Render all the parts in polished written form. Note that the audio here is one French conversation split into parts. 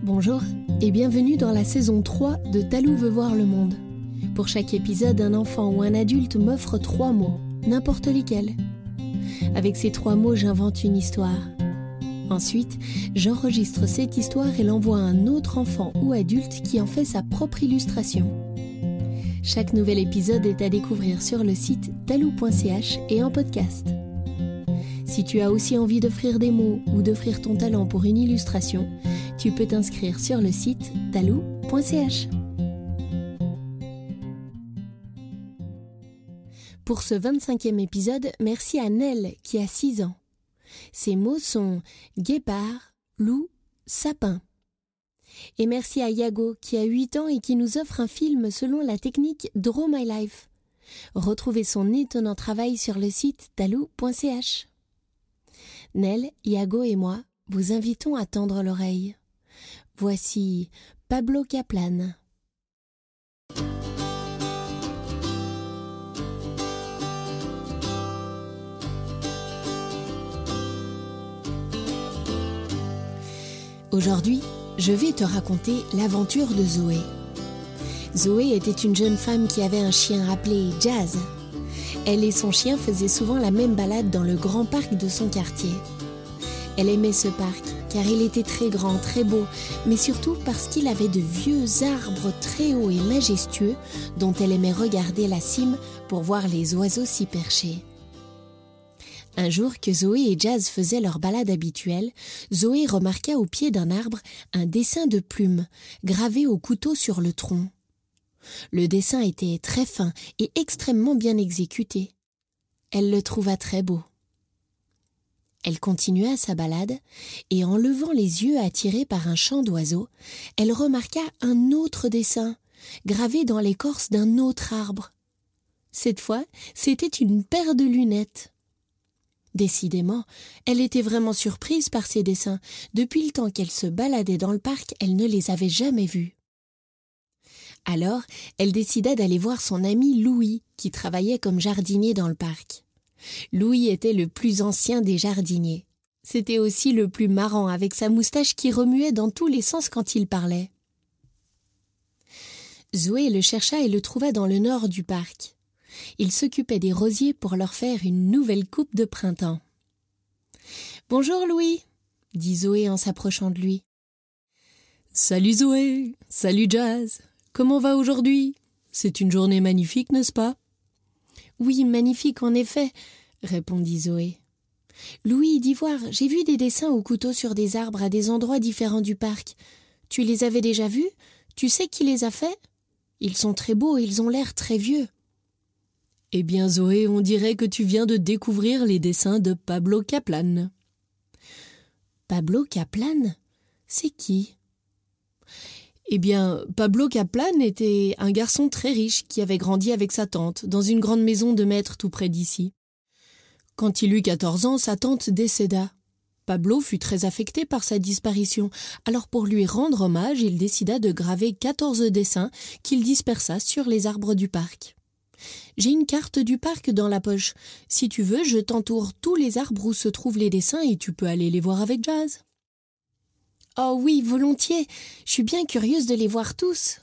Bonjour et bienvenue dans la saison 3 de Talou veut voir le monde. Pour chaque épisode, un enfant ou un adulte m'offre 3 mots, n'importe lesquels. Avec ces 3 mots, j'invente une histoire. Ensuite, j'enregistre cette histoire et l'envoie à un autre enfant ou adulte qui en fait sa propre illustration. Chaque nouvel épisode est à découvrir sur le site talou.ch et en podcast. Si tu as aussi envie d'offrir des mots ou d'offrir ton talent pour une illustration, tu peux t'inscrire sur le site talou.ch. Pour ce 25e épisode, merci à Nell qui a 6 ans. Ses mots sont guépard, loup, sapin. Et merci à Yago qui a 8 ans et qui nous offre un film selon la technique Draw My Life. Retrouvez son étonnant travail sur le site talou.ch. Nell, Yago et moi vous invitons à tendre l'oreille. Voici Pablo Kaplan. Aujourd'hui, je vais te raconter l'aventure de Zoé. Zoé était une jeune femme qui avait un chien appelé Jazz. Elle et son chien faisaient souvent la même balade dans le grand parc de son quartier. Elle aimait ce parc car il était très grand, très beau, mais surtout parce qu'il avait de vieux arbres très hauts et majestueux dont elle aimait regarder la cime pour voir les oiseaux s'y percher. Un jour que Zoé et Jazz faisaient leur balade habituelle, Zoé remarqua au pied d'un arbre un dessin de plume gravé au couteau sur le tronc. Le dessin était très fin et extrêmement bien exécuté. Elle le trouva très beau. Elle continua sa balade et en levant les yeux attirés par un chant d'oiseaux, elle remarqua un autre dessin gravé dans l'écorce d'un autre arbre. Cette fois, c'était une paire de lunettes. Décidément, elle était vraiment surprise par ces dessins. Depuis le temps qu'elle se baladait dans le parc, elle ne les avait jamais vus. Alors, elle décida d'aller voir son ami Louis, qui travaillait comme jardinier dans le parc. Louis était le plus ancien des jardiniers. C'était aussi le plus marrant, avec sa moustache qui remuait dans tous les sens quand il parlait. Zoé le chercha et le trouva dans le nord du parc. Il s'occupait des rosiers pour leur faire une nouvelle coupe de printemps. « Bonjour Louis !» dit Zoé en s'approchant de lui. « Salut Zoé, salut Jazz, comment va aujourd'hui ? C'est une journée magnifique, n'est-ce pas ?»« Oui, magnifique en effet, » répondit Zoé. « Louis, dis voir, j'ai vu des dessins au couteau sur des arbres à des endroits différents du parc. Tu les avais déjà vus ? Tu sais qui les a faits ? Ils sont très beaux et ils ont l'air très vieux. » Eh bien Zoé, on dirait que tu viens de découvrir les dessins de Pablo Kaplan. Pablo Kaplan ? C'est qui ? Eh bien, Pablo Kaplan était un garçon très riche qui avait grandi avec sa tante dans une grande maison de maître tout près d'ici. Quand il eut 14 ans, sa tante décéda. Pablo fut très affecté par sa disparition, alors pour lui rendre hommage, il décida de graver 14 dessins qu'il dispersa sur les arbres du parc. J'ai une carte du parc dans la poche. Si tu veux, je t'entoure tous les arbres où se trouvent les dessins et tu peux aller les voir avec Jazz. Oh oui, volontiers. Je suis bien curieuse de les voir tous.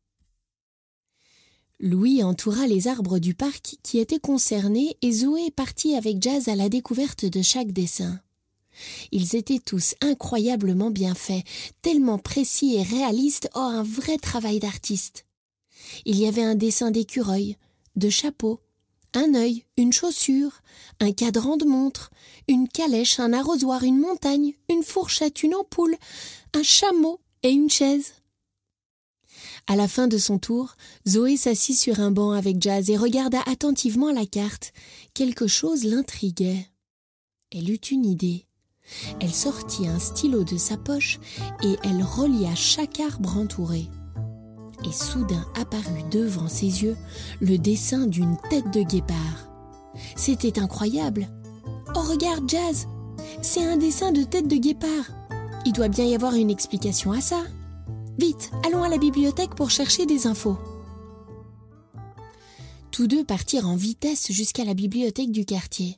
Louis entoura les arbres du parc qui étaient concernés et Zoé partit avec Jazz à la découverte de chaque dessin. Ils étaient tous incroyablement bien faits, tellement précis et réalistes, un vrai travail d'artiste. Il y avait un dessin d'écureuil, de chapeau, un œil, une chaussure, un cadran de montre, une calèche, un arrosoir, une montagne, une fourchette, une ampoule, un chameau et une chaise. À la fin de son tour, Zoé s'assit sur un banc avec Jazz et regarda attentivement la carte. Quelque chose l'intriguait. Elle eut une idée. Elle sortit un stylo de sa poche et elle relia chaque arbre entouré. Et soudain apparut devant ses yeux le dessin d'une tête de guépard. C'était incroyable. Oh, regarde, Jazz, c'est un dessin de tête de guépard. Il doit bien y avoir une explication à ça. Vite, allons à la bibliothèque pour chercher des infos. Tous deux partirent en vitesse jusqu'à la bibliothèque du quartier.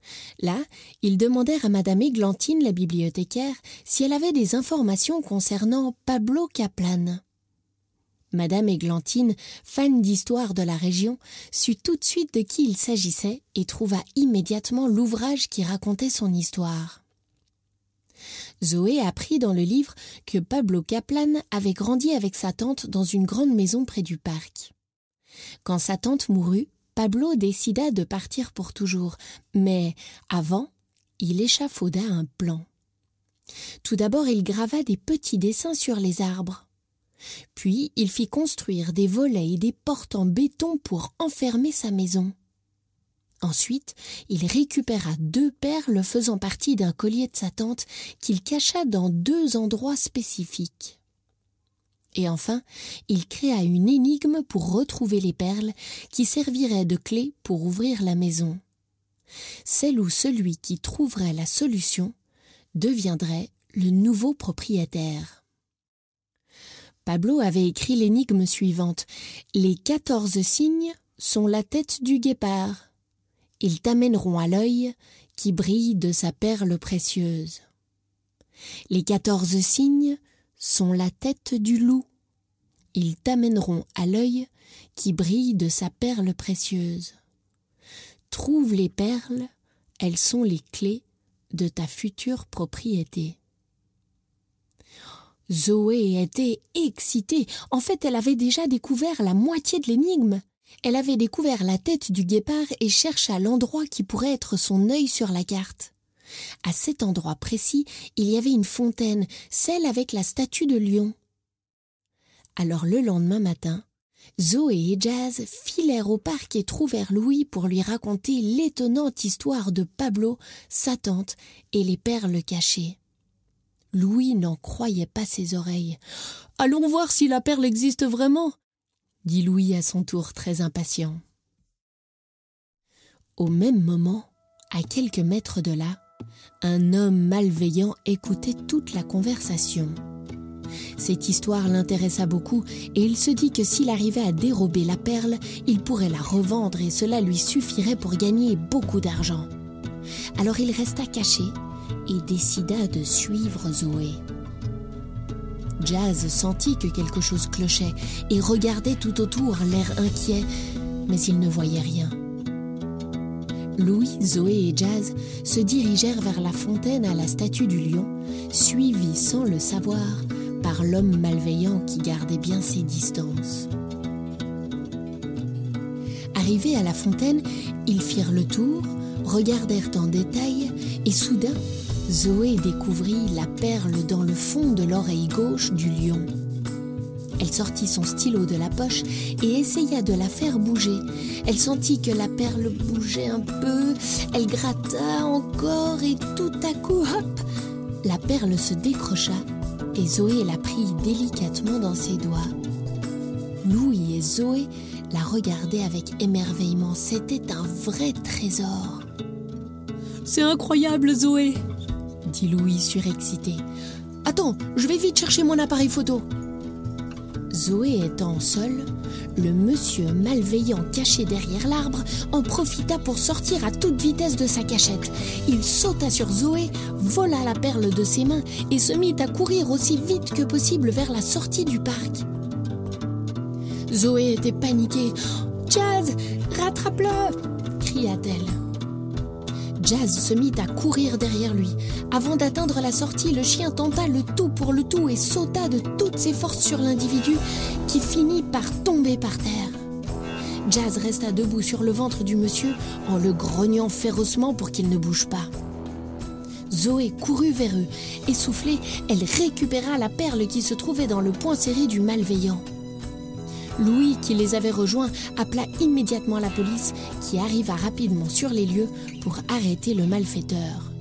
Là, ils demandèrent à Madame Églantine, la bibliothécaire, si elle avait des informations concernant Pablo Kaplan. Madame Églantine, fan d'histoire de la région, sut tout de suite de qui il s'agissait et trouva immédiatement l'ouvrage qui racontait son histoire. Zoé apprit dans le livre que Pablo Kaplan avait grandi avec sa tante dans une grande maison près du parc. Quand sa tante mourut, Pablo décida de partir pour toujours, mais avant, il échafauda un plan. Tout d'abord, il grava des petits dessins sur les arbres. Puis, il fit construire des volets et des portes en béton pour enfermer sa maison. Ensuite, il récupéra 2 perles faisant partie d'un collier de sa tante qu'il cacha dans 2 endroits spécifiques. Et enfin, il créa une énigme pour retrouver les perles qui servirait de clé pour ouvrir la maison. Celle où celui qui trouverait la solution deviendrait le nouveau propriétaire. Pablo avait écrit l'énigme suivante. Les 14 signes sont la tête du guépard. Ils t'amèneront à l'œil qui brille de sa perle précieuse. Les 14 signes sont la tête du loup. Ils t'amèneront à l'œil qui brille de sa perle précieuse. Trouve les perles, elles sont les clés de ta future propriété. Zoé était excitée. En fait, elle avait déjà découvert la moitié de l'énigme. Elle avait découvert la tête du guépard et chercha l'endroit qui pourrait être son œil sur la carte. À cet endroit précis, il y avait une fontaine, celle avec la statue de lion. Alors le lendemain matin, Zoé et Jazz filèrent au parc et trouvèrent Louis pour lui raconter l'étonnante histoire de Pablo, sa tante et les perles cachées. Louis n'en croyait pas ses oreilles. « Allons voir si la perle existe vraiment !» dit Louis à son tour très impatient. Au même moment, à quelques mètres de là, un homme malveillant écoutait toute la conversation. Cette histoire l'intéressa beaucoup et il se dit que s'il arrivait à dérober la perle, il pourrait la revendre et cela lui suffirait pour gagner beaucoup d'argent. Alors il resta caché et décida de suivre Zoé. Jazz sentit que quelque chose clochait et regardait tout autour, l'air inquiet, mais il ne voyait rien. Louis, Zoé et Jazz se dirigèrent vers la fontaine à la statue du lion, suivis sans le savoir par l'homme malveillant qui gardait bien ses distances. Arrivés à la fontaine, ils firent le tour, regardèrent en détail et soudain, Zoé découvrit la perle dans le fond de l'oreille gauche du lion. Elle sortit son stylo de la poche et essaya de la faire bouger. Elle sentit que la perle bougeait un peu, elle gratta encore et tout à coup, hop, la perle se décrocha et Zoé la prit délicatement dans ses doigts. Louis et Zoé la regardaient avec émerveillement. C'était un vrai trésor. « C'est incroyable, Zoé !» dit Louis surexcité. « Attends, je vais vite chercher mon appareil photo !» Zoé étant seule, le monsieur malveillant caché derrière l'arbre en profita pour sortir à toute vitesse de sa cachette. Il sauta sur Zoé, vola la perle de ses mains et se mit à courir aussi vite que possible vers la sortie du parc. Zoé était paniquée. « Jazz, rattrape-le !» cria-t-elle. Jazz se mit à courir derrière lui. Avant d'atteindre la sortie, le chien tenta le tout pour le tout et sauta de toutes ses forces sur l'individu qui finit par tomber par terre. Jazz resta debout sur le ventre du monsieur en le grognant férocement pour qu'il ne bouge pas. Zoé courut vers eux. Essoufflée, elle récupéra la perle qui se trouvait dans le poing serré du malveillant. Louis, qui les avait rejoints, appela immédiatement la police qui arriva rapidement sur les lieux pour arrêter le malfaiteur.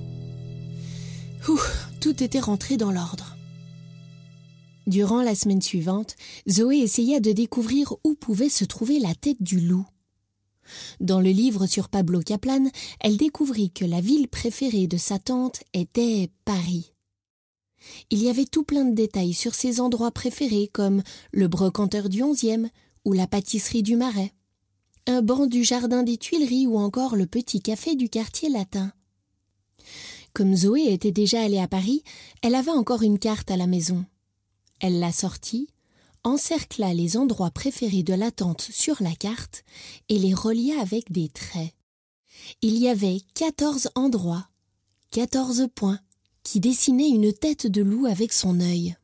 Tout était rentré dans l'ordre. Durant la semaine suivante, Zoé essaya de découvrir où pouvait se trouver la tête du loup. Dans le livre sur Pablo Kaplan, elle découvrit que la ville préférée de sa tante était Paris. Il y avait tout plein de détails sur ses endroits préférés comme le brocanteur du 11e ou la pâtisserie du Marais. un banc du jardin des Tuileries ou encore le petit café du quartier latin. Comme Zoé était déjà allée à Paris, elle avait encore une carte à la maison. Elle la sortit, encercla les endroits préférés de la tante sur la carte et les relia avec des traits. Il y avait 14 endroits, 14 points, qui dessinaient une tête de loup avec son œil.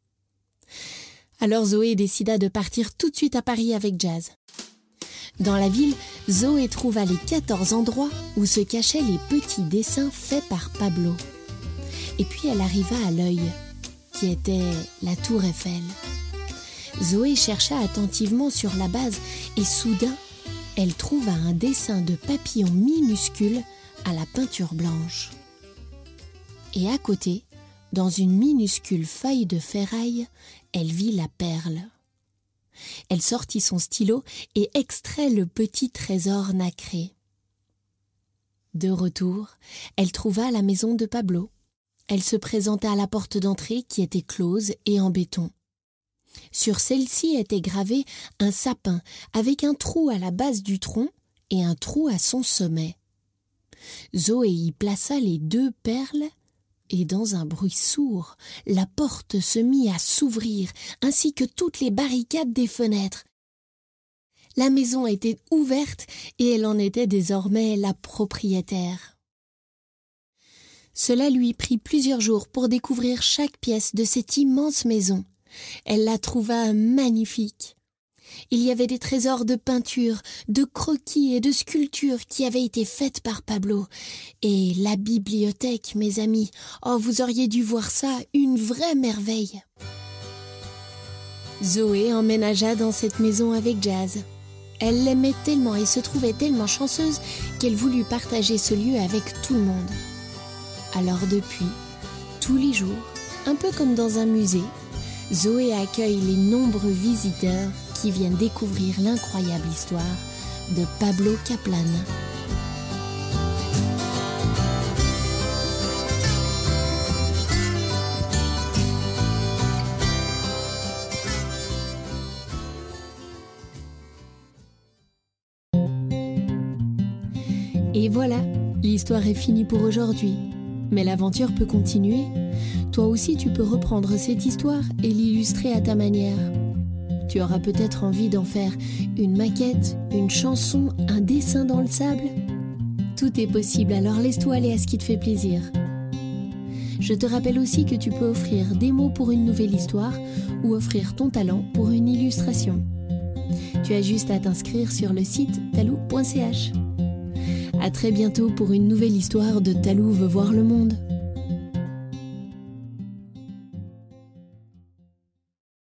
Alors Zoé décida de partir tout de suite à Paris avec Jazz. Dans la ville, Zoé trouva les 14 endroits où se cachaient les petits dessins faits par Pablo. Et puis elle arriva à l'œil, qui était la tour Eiffel. Zoé chercha attentivement sur la base et soudain, elle trouva un dessin de papillon minuscule à la peinture blanche. Et à côté, dans une minuscule feuille de ferraille, elle vit la perle. Elle sortit son stylo et extrait le petit trésor nacré. De retour, elle trouva la maison de Pablo. Elle se présenta à la porte d'entrée qui était close et en béton. Sur celle-ci était gravé un sapin avec un trou à la base du tronc et un trou à son sommet. Zoé y plaça les 2 perles et dans un bruit sourd, la porte se mit à s'ouvrir ainsi que toutes les barricades des fenêtres. La maison était ouverte et elle en était désormais la propriétaire. Cela lui prit plusieurs jours pour découvrir chaque pièce de cette immense maison. Elle la trouva magnifique. Il y avait des trésors de peinture, de croquis et de sculptures qui avaient été faites par Pablo. Et la bibliothèque, mes amis, oh, vous auriez dû voir ça, une vraie merveille. Zoé emménagea dans cette maison avec Jazz. Elle l'aimait tellement et se trouvait tellement chanceuse qu'elle voulut partager ce lieu avec tout le monde. Alors depuis, tous les jours, un peu comme dans un musée, Zoé accueille les nombreux visiteurs qui viennent découvrir l'incroyable histoire de Pablo Kaplan. Et voilà, l'histoire est finie pour aujourd'hui. Mais l'aventure peut continuer. Toi aussi, tu peux reprendre cette histoire et l'illustrer à ta manière. Tu auras peut-être envie d'en faire une maquette, une chanson, un dessin dans le sable. Tout est possible, alors laisse-toi aller à ce qui te fait plaisir. Je te rappelle aussi que tu peux offrir des mots pour une nouvelle histoire ou offrir ton talent pour une illustration. Tu as juste à t'inscrire sur le site talou.ch. À très bientôt pour une nouvelle histoire de Talou veut voir le monde.